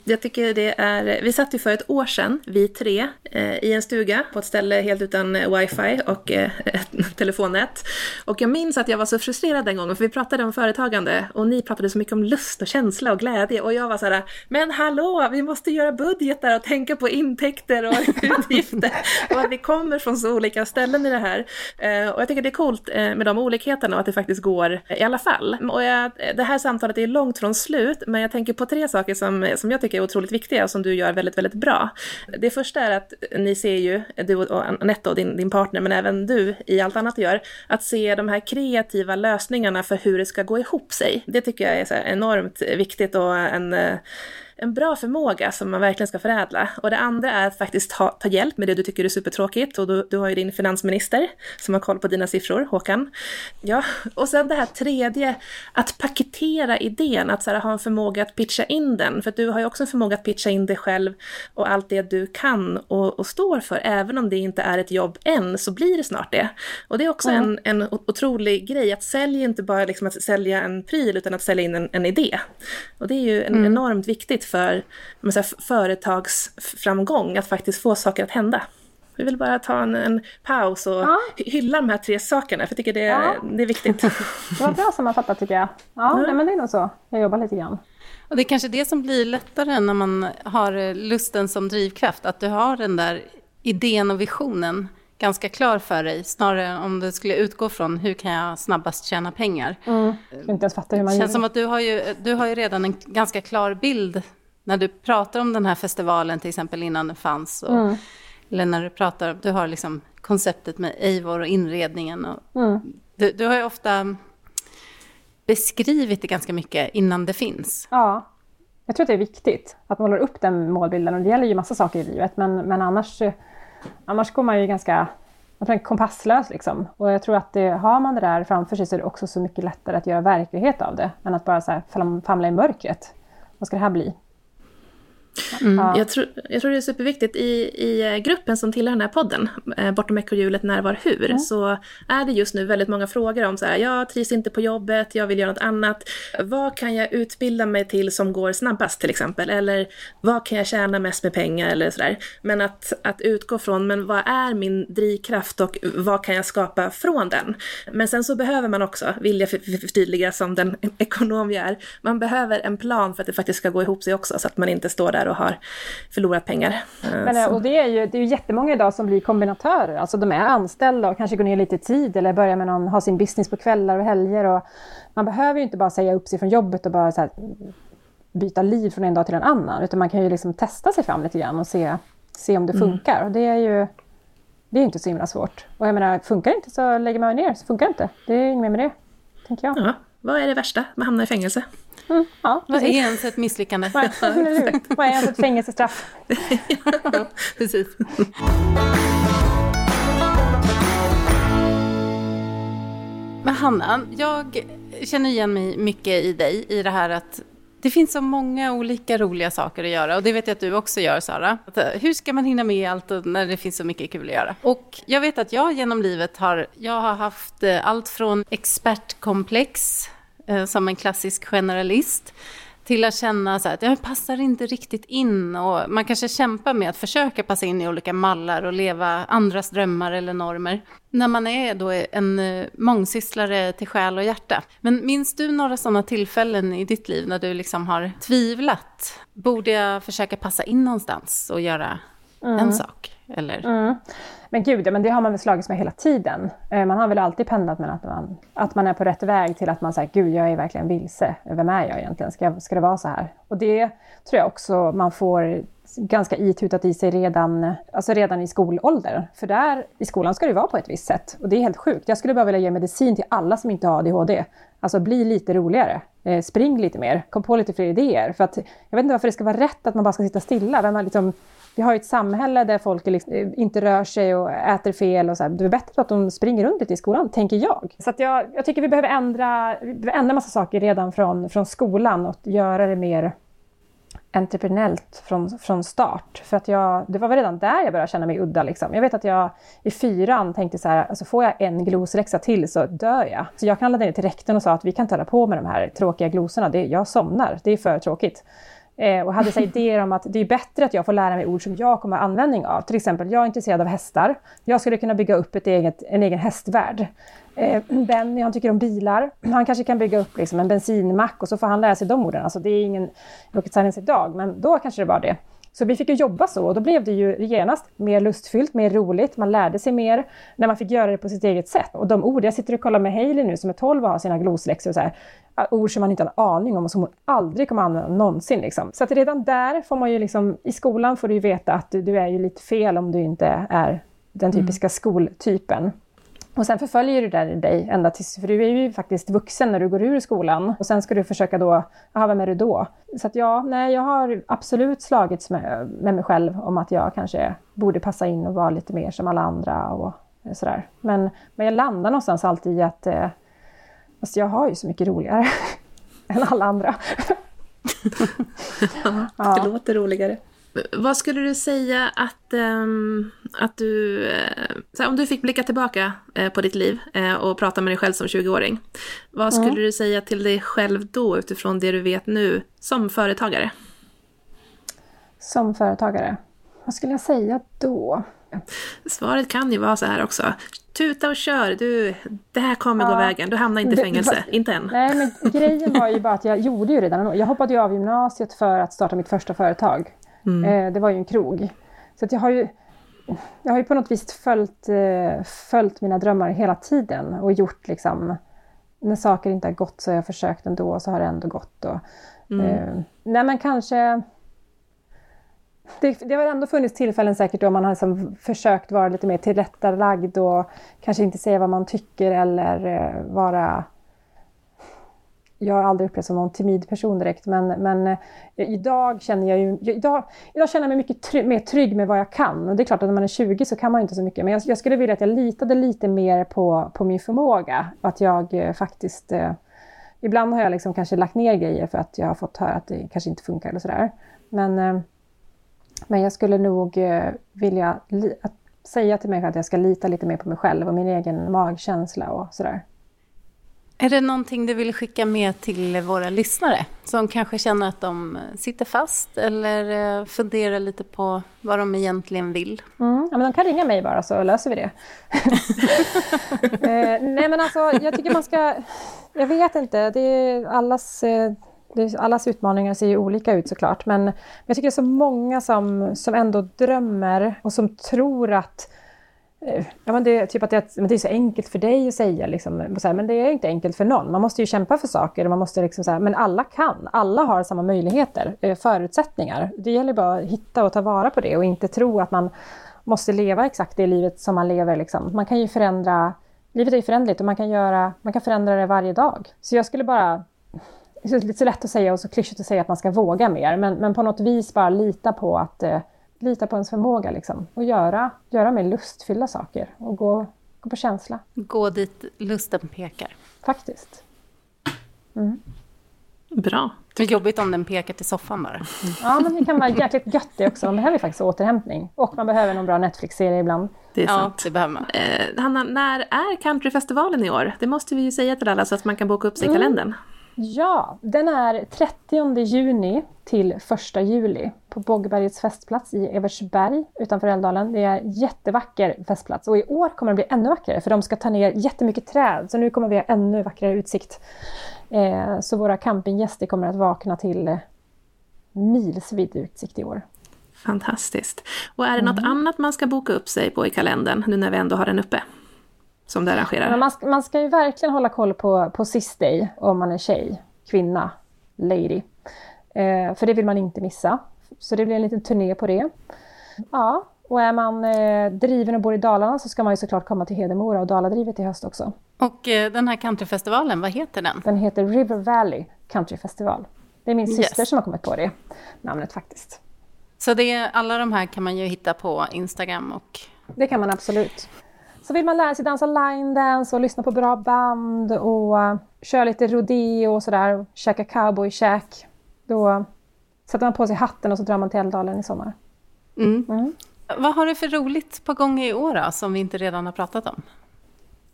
Jag tycker det är, vi satt ju för ett år sedan, vi tre, eh, i en stuga på ett ställe helt utan wifi och eh, ett telefonnät. Och jag minns att jag var så frustrerad den gången, för vi pratade om företagande och ni pratade så mycket om lust och känsla och glädje. Och jag var så här, men hallå, vi måste göra budgetar och tänka på intäkter och utgifter. Och att vi kommer från så olika ställen i det här. Eh, och jag tycker det är coolt eh, med de olikheterna och att det faktiskt går i alla fall. Och jag, det här samtalet är långt från slut, men jag tänker på tre saker som, som jag tycker är otroligt viktiga och som du gör väldigt, väldigt bra. Det första är att ni ser ju, du och Anette och din, din partner, men även du i allt annat du gör, att se de här kreativa lösningarna för hur det ska gå ihop sig. Det tycker jag är så här enormt viktigt och en... en bra förmåga som man verkligen ska förädla. Och det andra är att faktiskt ta, ta hjälp med det du tycker är supertråkigt. Och du, du har ju din finansminister som har koll på dina siffror, Håkan. Ja. Och sen det här tredje, att paketera idén, att så här, ha en förmåga att pitcha in den. För att du har ju också en förmåga att pitcha in dig själv och allt det du kan och, och står för. Även om det inte är ett jobb än, så blir det snart det. Och det är också mm. en, en otrolig grej, att sälja inte bara liksom att sälja en pryl, utan att sälja in en, en idé. Och det är ju en, mm. enormt viktigt för säga, företagsframgång, att faktiskt få saker att hända. Vi vill bara ta en, en paus och ja. hylla de här tre sakerna, för jag tycker det, ja. det är viktigt. Det var bra sammanfattat tycker jag. Ja, mm. nej, men det är nog så. Jag jobbar lite grann. Och det är kanske det som blir lättare när man har lusten som drivkraft, att du har den där idén och visionen ganska klar för dig, snarare om du skulle utgå från hur kan jag snabbast tjäna pengar. Mm. Jag inte ens fattar hur man det känns gör. som att du har, ju, du har ju redan en ganska klar bild när du pratar om den här festivalen till exempel innan den fanns. Och, mm. Eller när du pratar, du har liksom konceptet med Eivor och inredningen. Och, mm. du, du har ju ofta beskrivit det ganska mycket innan det finns. Ja, jag tror att det är viktigt att man håller upp den målbilden. Och det gäller ju massa saker i livet, men, men annars... Annars går man ju ganska man tror, kompasslös liksom. Och jag tror att det, har man det där framför sig så är det också så mycket lättare att göra verklighet av det. Än att bara så här famla i mörkret. Vad ska det här bli? Mm. Ja. Jag, tror, jag tror det är superviktigt i, i gruppen som tillhör den här podden, eh, Bortom ekorrhjulet, när, var, hur, mm. så är det just nu väldigt många frågor om så här, jag trivs inte på jobbet, jag vill göra något annat. Vad kan jag utbilda mig till som går snabbast till exempel? Eller vad kan jag tjäna mest med pengar eller sådär? Men att, att utgå från, men vad är min drivkraft och vad kan jag skapa från den? Men sen så behöver man också, vill jag för, förtydliga som den ekonom jag är, man behöver en plan för att det faktiskt ska gå ihop sig också, så att man inte står där och har förlorat pengar. Men, och det är ju det är ju jättemånga idag som blir kombinatörer. Alltså de är anställda och kanske går ner lite tid eller börjar med någon, ha sin business på kvällar och helger. Och man behöver ju inte bara säga upp sig från jobbet och bara så här, byta liv från en dag till en annan. Utan man kan ju liksom testa sig fram lite grann och se, se om det funkar. Mm. Och det är ju det är inte så himla svårt. Och jag menar, funkar det inte så lägger man ner, så funkar det inte. Det är inget mer med det, tänker jag. Ja, vad är det värsta? Man hamnar i fängelse. Mm, ja, vad är ens ett misslyckande? Vad är, vad är ens ett fängelsestraff? Ja, precis. Men Hanna, jag känner igen mig mycket i dig i det här att det finns så många olika roliga saker att göra. Och det vet jag att du också gör, Sara. Att, hur ska man hinna med allt när det finns så mycket kul att göra? Och jag vet att jag genom livet har, jag har haft allt från expertkomplex eh, som en klassisk generalist till att känna så här att jag passar inte riktigt in. Och man kanske kämpar med att försöka passa in i olika mallar och leva andras drömmar eller normer. När man är då en mångsysslare till själ och hjärta. Men minns du några sådana tillfällen i ditt liv när du liksom har tvivlat? Borde jag försöka passa in någonstans och göra mm. en sak? Eller? Mm. Men gud, men det har man väl slagits med hela tiden. Man har väl alltid pendlat med att man, att man är på rätt väg till att man säger, gud jag är verkligen vilse. Vem är jag egentligen? Ska, ska det vara så här? Och det tror jag också man får ganska itutat i sig redan, alltså redan i skolålder. För där i skolan ska det vara på ett visst sätt. Och det är helt sjukt. Jag skulle bara vilja ge medicin till alla som inte har A D H D. Alltså bli lite roligare. Eh, spring lite mer. Kom på lite fler idéer. För att, jag vet inte varför det ska vara rätt att man bara ska sitta stilla. Vem man liksom, vi har ju ett samhälle där folk liksom, inte rör sig och äter fel. Och så här. Det är bättre att de springer runt lite i skolan, tänker jag. Så att jag, jag tycker vi behöver ändra, vi behöver ändra massa saker redan från, från skolan. Och göra det mer entreprenellt från, från start. För att jag, det var väl redan där jag började känna mig udda. Liksom. Jag vet att jag i fyran tänkte så här, alltså får jag en glosläxa till så dör jag. Så jag kallade ner till rektorn och sa att vi kan inte hålla på med de här tråkiga glosorna. Det, jag somnar, det är för tråkigt. Eh, och hade så idéer om att det är bättre att jag får lära mig ord som jag kommer ha användning av. Till exempel, jag är intresserad av hästar. Jag skulle kunna bygga upp ett eget, en egen hästvärld. Eh, Benny, han tycker om bilar. Han kanske kan bygga upp liksom en bensinmack och så får han lära sig de orden. Alltså det är ingen rocket science idag, men då kanske det var det. Så vi fick ju jobba så och då blev det ju genast mer lustfyllt, mer roligt. Man lärde sig mer när man fick göra det på sitt eget sätt. Och de ord, jag sitter och kollar med Hailey nu som är tolv och har sina glosläxor och så här. Ord som man inte har en aning om och som hon aldrig kommer använda någonsin. Liksom. Så att redan där får man ju liksom, i skolan får du ju veta att du, du är ju lite fel om du inte är den typiska mm. skoltypen. Och sen förföljer du där i dig ända tills, för du är ju faktiskt vuxen när du går ur skolan. Och sen ska du försöka då, aha, vem är du då? Så att ja, nej, jag har absolut slagits med, med mig själv om att jag kanske borde passa in och vara lite mer som alla andra och sådär. Men, men jag landar någonstans alltid i att eh, alltså jag har ju så mycket roligare än alla andra. Ja, ja. Det låter roligare. Vad skulle du säga att, um, att du, uh, så här, om du fick blicka tillbaka uh, på ditt liv uh, och prata med dig själv som tjugoåring, vad skulle mm. du säga till dig själv då utifrån det du vet nu som företagare? Som företagare? Vad skulle jag säga då? Svaret kan ju vara så här också. Tuta och kör, du, det här kommer ja. gå vägen. Du hamnar inte i fängelse, det, inte än. Nej, men grejen var ju bara att jag gjorde ju redan. Jag hoppade ju av gymnasiet för att starta mitt första företag. Mm. Eh, det var ju en krog. Så att jag har ju jag har ju på något vis följt, eh, följt mina drömmar hela tiden. Och gjort liksom, när saker inte har gått så har jag försökt ändå och så har det ändå gått. Och, mm. eh, nej men kanske... Det, det har ändå funnits tillfällen säkert då man har liksom försökt vara lite mer tillrättalagd och kanske inte säga vad man tycker eller eh, vara... Jag har aldrig upplevt som någon timid person direkt, men, men eh, idag känner jag ju... Idag, idag känner jag mig mycket trygg, mer trygg med vad jag kan. Och det är klart att när man är tjugo så kan man inte så mycket. Men jag, jag skulle vilja att jag litade lite mer på, på min förmåga. Att jag eh, faktiskt... Eh, ibland har jag liksom kanske lagt ner grejer för att jag har fått höra att det kanske inte funkar eller sådär. Men... Eh, Men jag skulle nog eh, vilja li- att säga till mig att jag ska lita lite mer på mig själv och min egen magkänsla och sådär. Är det någonting du vill skicka med till våra lyssnare som kanske känner att de sitter fast eller eh, funderar lite på vad de egentligen vill? Mm, ja, men de kan ringa mig bara så löser vi det. eh, nej men alltså jag tycker man ska, jag vet inte, det är allas... Eh, Allas utmaningar ser ju olika ut såklart. Men jag tycker det är så många som, som ändå drömmer och som tror att... Ja, men det, typ att det, men det är så enkelt för dig att säga. Liksom, så här, men det är inte enkelt för någon. Man måste ju kämpa för saker. Man måste liksom, så här, men alla kan. Alla har samma möjligheter. Förutsättningar. Det gäller bara att hitta och ta vara på det. Och inte tro att man måste leva exakt det livet som man lever. Liksom. Man kan ju förändra... Livet är ju förändligt och man kan, göra, man kan förändra det varje dag. Så jag skulle bara... Det är lite så lätt att säga och så klyschigt att säga att man ska våga mer. Men, men på något vis bara lita på att eh, lita på ens förmåga liksom. Och göra, göra mer lustfyllda saker. Och gå, gå på känsla. Gå dit lusten pekar. Faktiskt. Mm. Bra. Det är jobbigt om den pekar till soffan bara. Mm. Ja, men det kan vara jäkligt gött det också. Man behöver faktiskt återhämtning. Och man behöver någon bra Netflix-serie ibland. Det är ja, sant. Det behöver man. Eh, Hanna, när är countryfestivalen i år? Det måste vi ju säga till alla så att man kan boka upp sig i kalendern. Mm. Ja, den är trettionde juni till första juli på Bågbergets festplats i Eversberg utanför Älvdalen. Det är en jättevacker festplats och i år kommer det bli ännu vackrare för de ska ta ner jättemycket träd så nu kommer vi ha ännu vackrare utsikt. Eh, så våra campinggäster kommer att vakna till eh, milsvid utsikt i år. Fantastiskt. Och är det något mm. annat man ska boka upp sig på i kalendern nu när vi ändå har den uppe? Som det arrangerar. Men man, ska, man ska ju verkligen hålla koll på, på Sis Day om man är tjej, kvinna, lady. Eh, för det vill man inte missa. Så det blir en liten turné på det. Ja, och är man eh, driven och bor i Dalarna så ska man ju såklart komma till Hedemora och Daladrivet i höst också. Och eh, den här countryfestivalen, vad heter den? Den heter River Valley Country Festival. Det är min yes. syster som har kommit på det namnet faktiskt. Så det är, alla de här kan man ju hitta på Instagram och... Det kan man absolut. Så vill man lära sig dansa line dance och lyssna på bra band och uh, köra lite rodeo och sådär och käka cowboy-käk. Då sätter man på sig hatten och så drar man till Älvdalen i sommar. Mm. Mm. Vad har du för roligt på gång i år då, som vi inte redan har pratat om?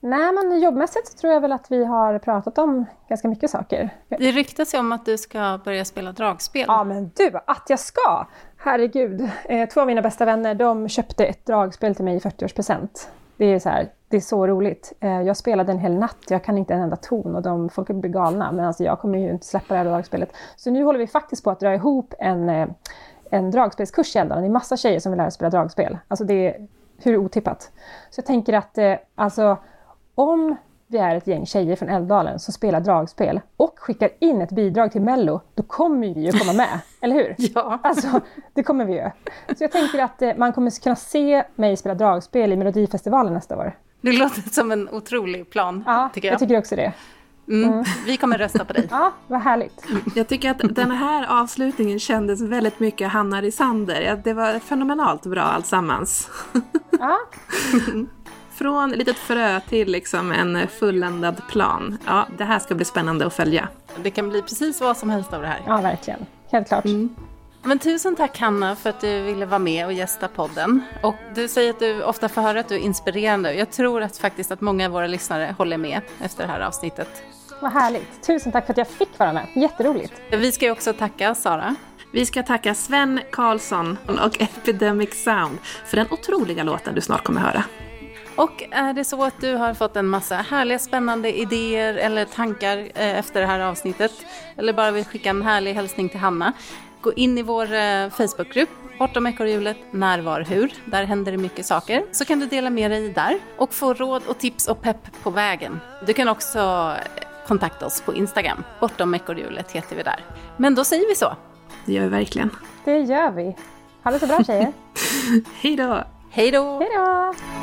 Nej, men jobbmässigt så tror jag väl att vi har pratat om ganska mycket saker. Det ryktas ju om att du ska börja spela dragspel. Ja, men du, att jag ska! Herregud. Eh, två av mina bästa vänner, de köpte ett dragspel till mig i fyrtioårspresent. Det är så här, det är så roligt. Eh, jag spelade en hel natt, jag kan inte en enda ton och de, folk blir galna. Men alltså jag kommer ju inte släppa det här dragspelet. Så nu håller vi faktiskt på att dra ihop en, eh, en dragspelskurs i Älvdalen. Det är massa tjejer som vill lära sig spela dragspel. Alltså det är hur otippat. Så jag tänker att eh, alltså, om vi är ett gäng tjejer från Älvdalen som spelar dragspel och skickar in ett bidrag till Mello, då kommer vi ju komma med, eller hur? Ja. Alltså, det kommer vi ju. Så jag tänker att eh, man kommer kunna se mig spela dragspel i Melodifestivalen nästa år. Det låter som en otrolig plan, ja, tycker jag. jag tycker också det. Mm. Mm. Vi kommer rösta på dig. Ja, vad härligt. Jag tycker att den här avslutningen kändes väldigt mycket Hanna Risander. Det var fenomenalt bra allsammans. Ja. Från litet frö till liksom en fulländad plan. Ja, det här ska bli spännande att följa. Det kan bli precis vad som helst av det här. Ja, verkligen. Helt klart. Mm. Men tusen tack Hanna för att du ville vara med och gästa podden. Och du säger att du ofta får höra att du är inspirerande. Jag tror att faktiskt att många av våra lyssnare håller med efter det här avsnittet. Vad härligt. Tusen tack för att jag fick vara med. Jätteroligt. Vi ska ju också tacka Sara. Vi ska tacka Sven Karlsson och Epidemic Sound för den otroliga låten du snart kommer höra. Och är det så att du har fått en massa härliga spännande idéer eller tankar eh, efter det här avsnittet, eller bara vill skicka en härlig hälsning till Hanna, gå in i vår eh, Facebookgrupp Bortom ekorrhjulet när, var, hur. Där händer det mycket saker. Så kan du dela med dig där och få råd och tips och pepp på vägen. Du kan också kontakta oss på Instagram. Bortom ekorrhjulet heter vi där. Men då säger vi så. Det gör vi verkligen. Det gör vi. Ha det så bra, tjejer. Hej då! Hej då! Hej då!